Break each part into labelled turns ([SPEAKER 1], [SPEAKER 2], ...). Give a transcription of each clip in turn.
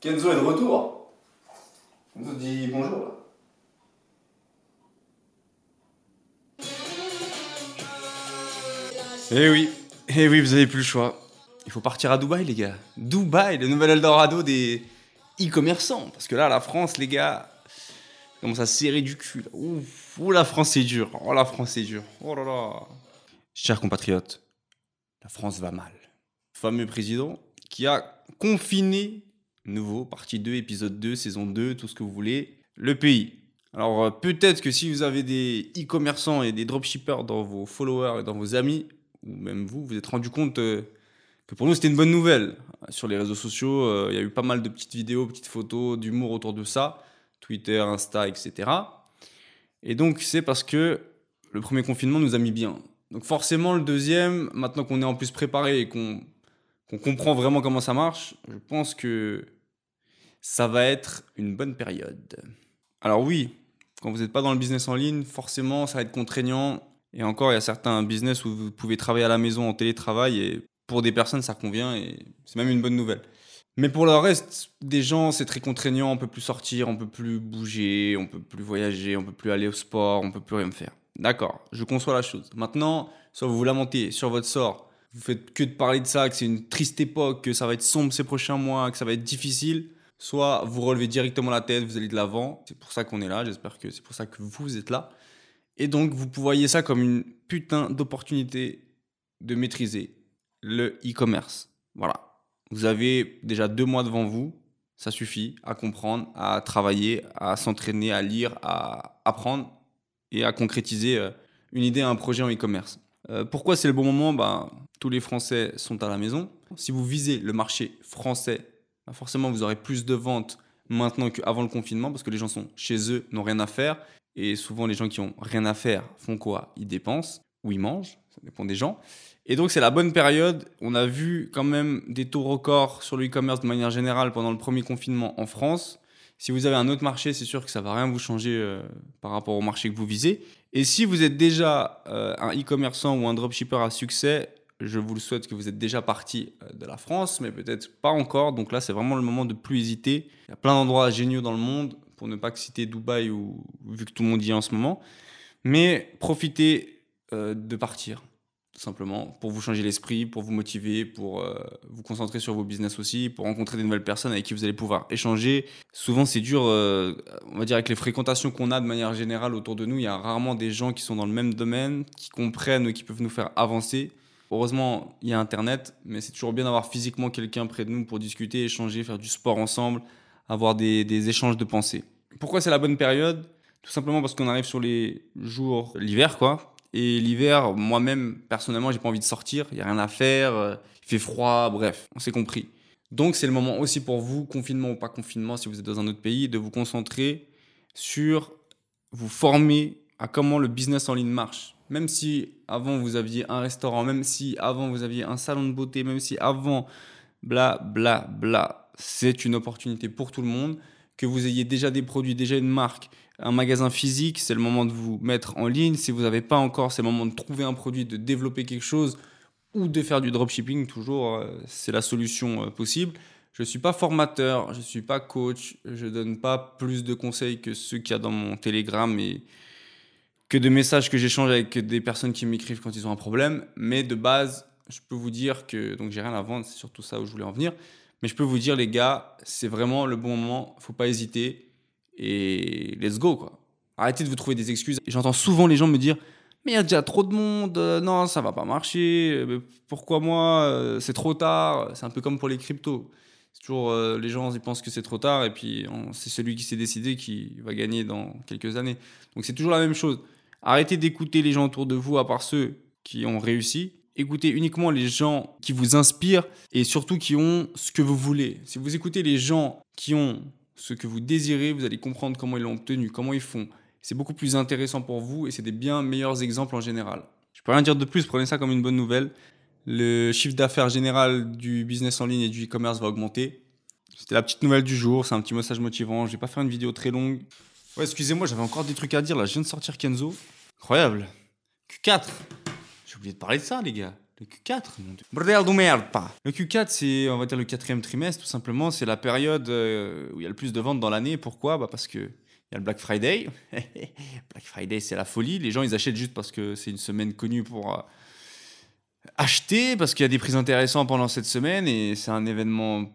[SPEAKER 1] Kenzo est de retour. Kenzo dit bonjour là. Eh oui, vous avez plus le choix. Il faut partir à Dubaï, les gars. Dubaï, le nouvel Eldorado des e-commerçants. Parce que là, la France, les gars, commence à serrer du cul. Là. Ouh, la France, c'est dur. Oh, la France, c'est dur. Oh là là. Chers compatriotes, la France va mal. Fameux président qui a confiné, nouveau, partie 2, épisode 2, saison 2, tout ce que vous voulez, le pays. Alors, peut-être que si vous avez des e-commerçants et des dropshippers dans vos followers et dans vos amis, ou même vous, vous êtes rendu compte que pour nous, c'était une bonne nouvelle. Sur les réseaux sociaux, il y a eu pas mal de petites vidéos, petites photos, d'humour autour de ça. Twitter, Insta, etc. Et donc, c'est parce que le premier confinement nous a mis bien. Donc forcément, le deuxième, maintenant qu'on est en plus préparé et qu'on comprend vraiment comment ça marche, je pense que ça va être une bonne période. Alors oui, quand vous n'êtes pas dans le business en ligne, forcément, ça va être contraignant. Et encore, il y a certains business où vous pouvez travailler à la maison en télétravail et pour des personnes, ça convient et c'est même une bonne nouvelle. Mais pour le reste des gens, c'est très contraignant, on peut plus sortir, on peut plus bouger, on peut plus voyager, on peut plus aller au sport, on peut plus rien faire. D'accord, je conçois la chose. Maintenant, soit vous vous lamentez sur votre sort, vous faites que de parler de ça, que c'est une triste époque, que ça va être sombre ces prochains mois, que ça va être difficile, soit vous relevez directement la tête, vous allez de l'avant. C'est pour ça qu'on est là, j'espère que c'est pour ça que vous êtes là. Et donc, vous voyez ça comme une putain d'opportunité de maîtriser le e-commerce. Voilà. Vous avez déjà 2 mois devant vous. Ça suffit à comprendre, à travailler, à s'entraîner, à lire, à apprendre et à concrétiser une idée, un projet en e-commerce. Pourquoi c'est le bon moment? Tous les Français sont à la maison. Si vous visez le marché français, forcément, vous aurez plus de ventes maintenant qu'avant le confinement parce que les gens sont chez eux, n'ont rien à faire. Et souvent, les gens qui ont rien à faire font quoi? Ils dépensent ou ils mangent, ça dépend des gens. Et donc, c'est la bonne période. On a vu quand même des taux records sur le e-commerce de manière générale pendant le premier confinement en France. Si vous avez un autre marché, c'est sûr que ça va rien vous changer par rapport au marché que vous visez. Et si vous êtes déjà un e-commerçant ou un dropshipper à succès, je vous le souhaite que vous êtes déjà parti de la France, mais peut-être pas encore. Donc là, c'est vraiment le moment de plus hésiter. Il y a plein d'endroits géniaux dans le monde, pour ne pas citer Dubaï, ou vu que tout le monde y est en ce moment. Mais profitez de partir, tout simplement, pour vous changer l'esprit, pour vous motiver, pour vous concentrer sur vos business aussi, pour rencontrer des nouvelles personnes avec qui vous allez pouvoir échanger. Souvent, c'est dur, on va dire, avec les fréquentations qu'on a de manière générale autour de nous, il y a rarement des gens qui sont dans le même domaine, qui comprennent ou qui peuvent nous faire avancer. Heureusement, il y a Internet, mais c'est toujours bien d'avoir physiquement quelqu'un près de nous pour discuter, échanger, faire du sport ensemble, avoir des échanges de pensées. Pourquoi c'est la bonne période? Tout simplement parce qu'on arrive sur les jours, l'hiver quoi. Et l'hiver, moi-même, personnellement, j'ai pas envie de sortir, il n'y a rien à faire, il fait froid, bref, on s'est compris. Donc c'est le moment aussi pour vous, confinement ou pas confinement, si vous êtes dans un autre pays, de vous concentrer sur vous former à comment le business en ligne marche. Même si avant vous aviez un restaurant, même si avant vous aviez un salon de beauté, même si avant bla bla bla, c'est une opportunité pour tout le monde. Que vous ayez déjà des produits, déjà une marque, un magasin physique, c'est le moment de vous mettre en ligne. Si vous n'avez pas encore, c'est le moment de trouver un produit, de développer quelque chose ou de faire du dropshipping, toujours, c'est la solution possible. Je ne suis pas formateur, je ne suis pas coach, je ne donne pas plus de conseils que ceux qu'il y a dans mon Telegram et que de messages que j'échange avec des personnes qui m'écrivent quand ils ont un problème. Mais de base, je peux vous dire que, donc j'ai rien à vendre, c'est surtout ça où je voulais en venir. Mais je peux vous dire, les gars, c'est vraiment le bon moment, faut pas hésiter et let's go quoi. Arrêtez de vous trouver des excuses. Et j'entends souvent les gens me dire, mais il y a déjà trop de monde, non, ça va pas marcher, pourquoi moi, c'est trop tard. C'est un peu comme pour les cryptos. C'est toujours, les gens ils pensent que c'est trop tard et puis c'est celui qui s'est décidé qui va gagner dans quelques années. Donc c'est toujours la même chose. Arrêtez d'écouter les gens autour de vous, à part ceux qui ont réussi. Écoutez uniquement les gens qui vous inspirent et surtout qui ont ce que vous voulez. Si vous écoutez les gens qui ont ce que vous désirez, vous allez comprendre comment ils l'ont obtenu, comment ils font. C'est beaucoup plus intéressant pour vous et c'est des bien meilleurs exemples en général. Je peux rien dire de plus, prenez ça comme une bonne nouvelle. Le chiffre d'affaires général du business en ligne et du e-commerce va augmenter. C'était la petite nouvelle du jour, c'est un petit message motivant. Je vais pas faire une vidéo très longue. Ouais, excusez-moi, j'avais encore des trucs à dire là. Je viens de sortir Kenzo. Incroyable. Q4. J'ai oublié de parler de ça, les gars. Le Q4, mon Dieu. Bordel de merde, pas. Le Q4, c'est, on va dire, le quatrième trimestre, tout simplement. C'est la période où il y a le plus de ventes dans l'année. Pourquoi? Parce que il y a le Black Friday. Black Friday, c'est la folie. Les gens, ils achètent juste parce que c'est une semaine connue pour acheter, parce qu'il y a des prix intéressants pendant cette semaine et c'est un événement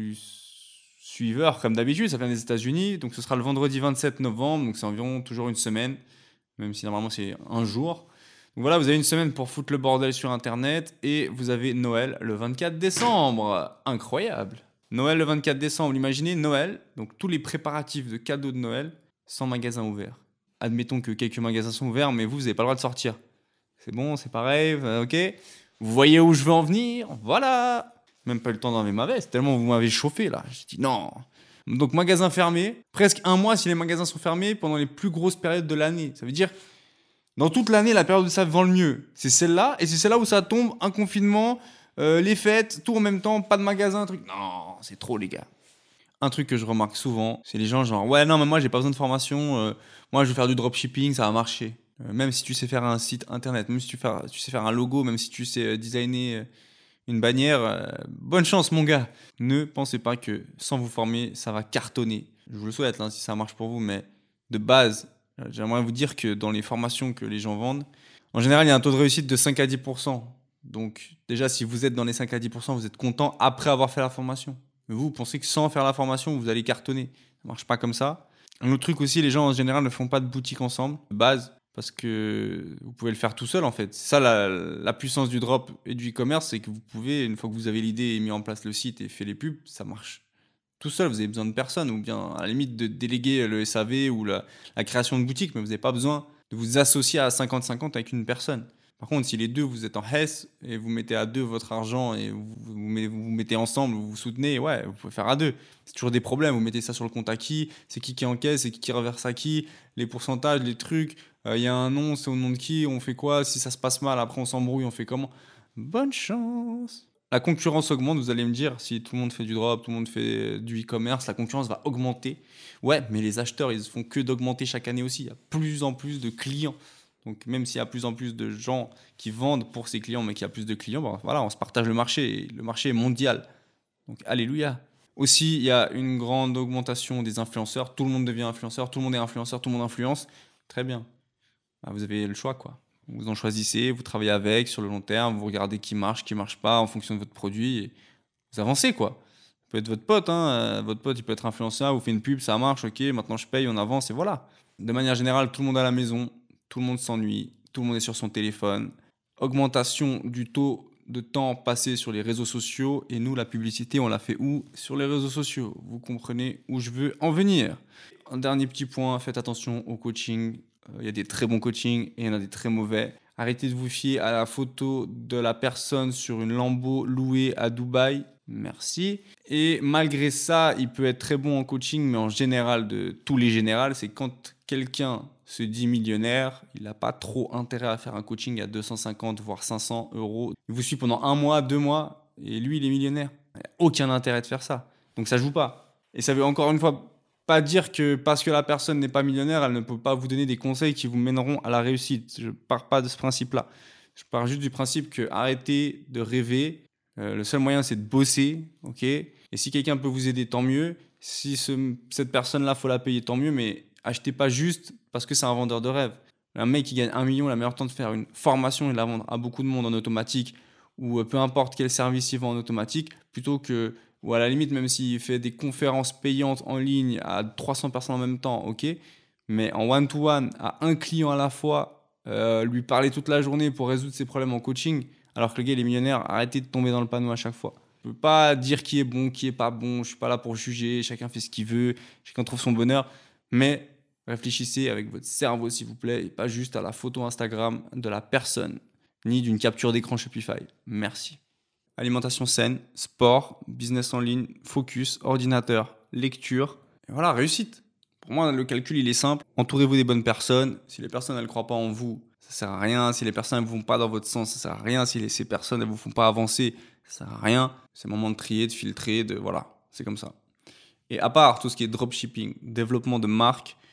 [SPEAKER 1] plus suiveur, comme d'habitude. Ça vient des États-Unis. Donc, ce sera le vendredi 27 novembre. Donc, c'est environ toujours une semaine, même si normalement, c'est un jour. Donc voilà, vous avez une semaine pour foutre le bordel sur Internet et vous avez Noël le 24 décembre. Incroyable. Noël le 24 décembre, imaginez Noël, donc tous les préparatifs de cadeaux de Noël sans magasin ouvert. Admettons que quelques magasins sont ouverts, mais vous n'avez pas le droit de sortir. C'est bon, c'est pareil, ok. Vous voyez où je veux en venir? Voilà. Même pas eu le temps d'enlever ma veste, tellement vous m'avez chauffé là. J'ai dit non. Donc magasin fermé, presque un mois si les magasins sont fermés pendant les plus grosses périodes de l'année. Ça veut dire... Dans toute l'année, la période où ça vend le mieux, c'est celle-là. Et c'est celle-là où ça tombe, un confinement, les fêtes, tout en même temps, pas de magasin, un truc. Non, c'est trop, les gars. Un truc que je remarque souvent, c'est les gens genre, ouais, non, mais moi, j'ai pas besoin de formation. Moi, je veux faire du dropshipping, ça va marcher. Même si tu sais faire un site internet, même si tu sais faire un logo, même si tu sais designer une bannière, bonne chance, mon gars. Ne pensez pas que sans vous former, ça va cartonner. Je vous le souhaite, hein, si ça marche pour vous, mais de base, j'aimerais vous dire que dans les formations que les gens vendent, en général, il y a un taux de réussite de 5 à 10%. Donc, déjà, si vous êtes dans les 5 à 10%, vous êtes content après avoir fait la formation. Mais vous pensez que sans faire la formation, vous allez cartonner. Ça ne marche pas comme ça. Un autre truc aussi, les gens en général ne font pas de boutique ensemble, de base, parce que vous pouvez le faire tout seul en fait. C'est ça la puissance du drop et du e-commerce, c'est que vous pouvez, une fois que vous avez l'idée et mis en place le site et fait les pubs, ça marche tout seul, vous avez besoin de personne, ou bien à la limite de déléguer le SAV ou la création de boutique, mais vous n'avez pas besoin de vous associer à 50-50 avec une personne. Par contre, si les deux, vous êtes en Hess et vous mettez à deux votre argent et vous mettez ensemble, vous vous soutenez, ouais, vous pouvez faire à deux. C'est toujours des problèmes, vous mettez ça sur le compte à qui, c'est qui encaisse, c'est qui reverse à qui, les pourcentages, les trucs, il y a un nom, c'est au nom de qui, on fait quoi, si ça se passe mal, après on s'embrouille, on fait comment? Bonne chance. La concurrence augmente, vous allez me dire, si tout le monde fait du drop, tout le monde fait du e-commerce, la concurrence va augmenter. Ouais, mais les acheteurs, ils font que d'augmenter chaque année aussi. Il y a plus en plus de clients. Donc même s'il y a plus en plus de gens qui vendent pour ces clients, mais qu'il y a plus de clients, ben voilà, on se partage le marché. Et le marché est mondial. Donc alléluia. Aussi, il y a une grande augmentation des influenceurs. Tout le monde devient influenceur, tout le monde est influenceur, tout le monde influence. Très bien. Ben, vous avez le choix, quoi. Vous en choisissez, vous travaillez avec sur le long terme, vous regardez qui marche pas en fonction de votre produit et vous avancez quoi. Ça peut être votre pote, hein. Votre pote il peut être influenceur, vous fait une pub, ça marche, ok, maintenant je paye, on avance et voilà. De manière générale, tout le monde à la maison, tout le monde s'ennuie, tout le monde est sur son téléphone. Augmentation du taux de temps passé sur les réseaux sociaux et nous la publicité on la fait où? Sur les réseaux sociaux. Vous comprenez où je veux en venir. Un dernier petit point, faites attention au coaching. Il y a des très bons coachings et il y en a des très mauvais. Arrêtez de vous fier à la photo de la personne sur une Lambo louée à Dubaï. Merci. Et malgré ça, il peut être très bon en coaching, mais en général, de tous les générales, c'est quand quelqu'un se dit millionnaire, il n'a pas trop intérêt à faire un coaching à 250 voire 500 euros. Il vous suit pendant 1 mois, 2 mois, et lui, il est millionnaire. Il n'y a aucun intérêt de faire ça. Donc ça joue pas. Et ça veut encore une fois pas dire que parce que la personne n'est pas millionnaire, elle ne peut pas vous donner des conseils qui vous mèneront à la réussite. Je ne pars pas de ce principe-là. Je pars juste du principe que arrêtez de rêver. Le seul moyen, c'est de bosser, ok? Et si quelqu'un peut vous aider, tant mieux. Si cette personne-là, faut la payer, tant mieux. Mais achetez pas juste parce que c'est un vendeur de rêve. Un mec qui gagne 1 million, il a meilleur temps de faire une formation et de la vendre à beaucoup de monde en automatique ou peu importe quel service il vend en automatique, plutôt que, ou à la limite, même s'il fait des conférences payantes en ligne à 300 personnes en même temps, ok, mais en one-to-one, à un client à la fois, lui parler toute la journée pour résoudre ses problèmes en coaching, alors que le gars, il est millionnaire, arrêtez de tomber dans le panneau à chaque fois. Je ne peux pas dire qui est bon, qui est pas bon, je ne suis pas là pour juger, chacun fait ce qu'il veut, chacun trouve son bonheur, mais réfléchissez avec votre cerveau, s'il vous plaît, et pas juste à la photo Instagram de la personne, ni d'une capture d'écran Shopify. Merci. Alimentation saine, sport, business en ligne, focus, ordinateur, lecture. Et voilà, réussite. Pour moi, le calcul, il est simple. Entourez-vous des bonnes personnes. Si les personnes, elles ne croient pas en vous, ça sert à rien. Si les personnes ne vont pas dans votre sens, ça sert à rien. Si ces personnes ne vous font pas avancer, ça sert à rien. C'est le moment de trier, de filtrer, voilà. C'est comme ça. Et à part tout ce qui est dropshipping, développement de marque,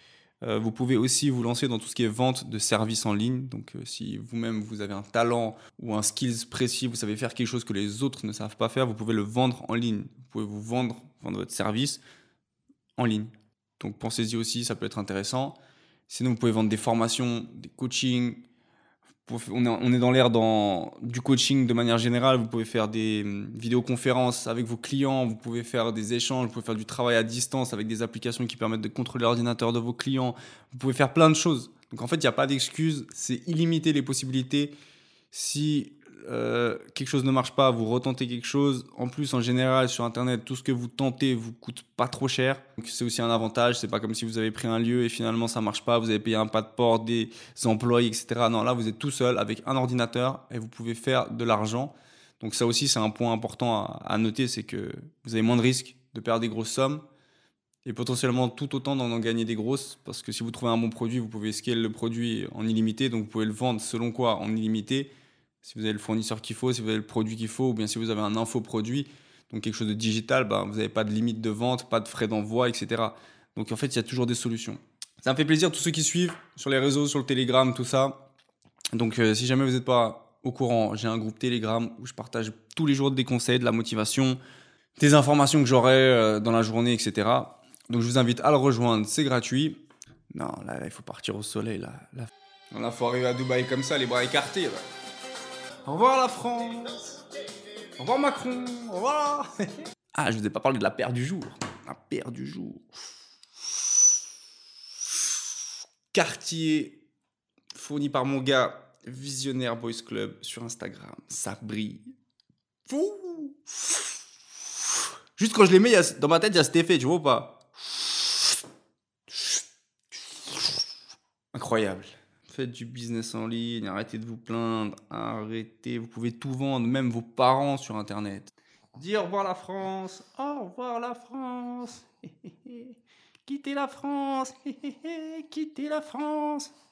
[SPEAKER 1] Vous pouvez aussi vous lancer dans tout ce qui est vente de services en ligne. Donc, si vous-même, vous avez un talent ou un skills précis, vous savez faire quelque chose que les autres ne savent pas faire, vous pouvez le vendre en ligne. Vous pouvez vendre votre service en ligne. Donc, pensez-y aussi, ça peut être intéressant. Sinon, vous pouvez vendre des formations, des coachings. On est dans l'ère du coaching de manière générale. Vous pouvez faire des vidéoconférences avec vos clients, vous pouvez faire des échanges, vous pouvez faire du travail à distance avec des applications qui permettent de contrôler l'ordinateur de vos clients. Vous pouvez faire plein de choses. Donc en fait, il n'y a pas d'excuse, c'est illimité les possibilités. Si quelque chose ne marche pas, vous retentez quelque chose. En plus, en général, sur Internet, tout ce que vous tentez vous coûte pas trop cher. Donc c'est aussi un avantage. C'est pas comme si vous avez pris un lieu et finalement ça marche pas, vous avez payé un pas de porte, des employés, etc. Non, là, vous êtes tout seul avec un ordinateur et vous pouvez faire de l'argent. Donc ça aussi, c'est un point important à noter, c'est que vous avez moins de risques de perdre des grosses sommes et potentiellement tout autant d'en gagner des grosses, parce que si vous trouvez un bon produit, vous pouvez scale le produit en illimité, donc vous pouvez le vendre selon quoi en illimité, si vous avez le fournisseur qu'il faut, si vous avez le produit qu'il faut, ou bien si vous avez un infoproduit, donc quelque chose de digital, ben, vous n'avez pas de limite de vente, pas de frais d'envoi, etc. Donc en fait, il y a toujours des solutions. Ça me fait plaisir, tous ceux qui suivent sur les réseaux, sur le Telegram, tout ça. Donc si jamais vous n'êtes pas au courant, j'ai un groupe Telegram où je partage tous les jours des conseils, de la motivation, des informations que j'aurai dans la journée, etc. Donc je vous invite à le rejoindre, c'est gratuit. Non, là, il faut partir au soleil. Là, il faut arriver à Dubaï comme ça, les bras écartés. Là. Au revoir la France. Au revoir Macron. Au revoir. Ah, je vous ai pas parlé de la paire du jour. La paire du jour. Cartier, fourni par mon gars Visionnaire Boys Club sur Instagram. Ça brille. Fou. Juste quand je les mets, dans ma tête, il y a cet effet, tu vois ou pas? Incroyable. Faites du business en ligne, arrêtez de vous plaindre, arrêtez, vous pouvez tout vendre, même vos parents sur Internet. Dis au revoir la France, au revoir la France, quittez la France, quittez la France.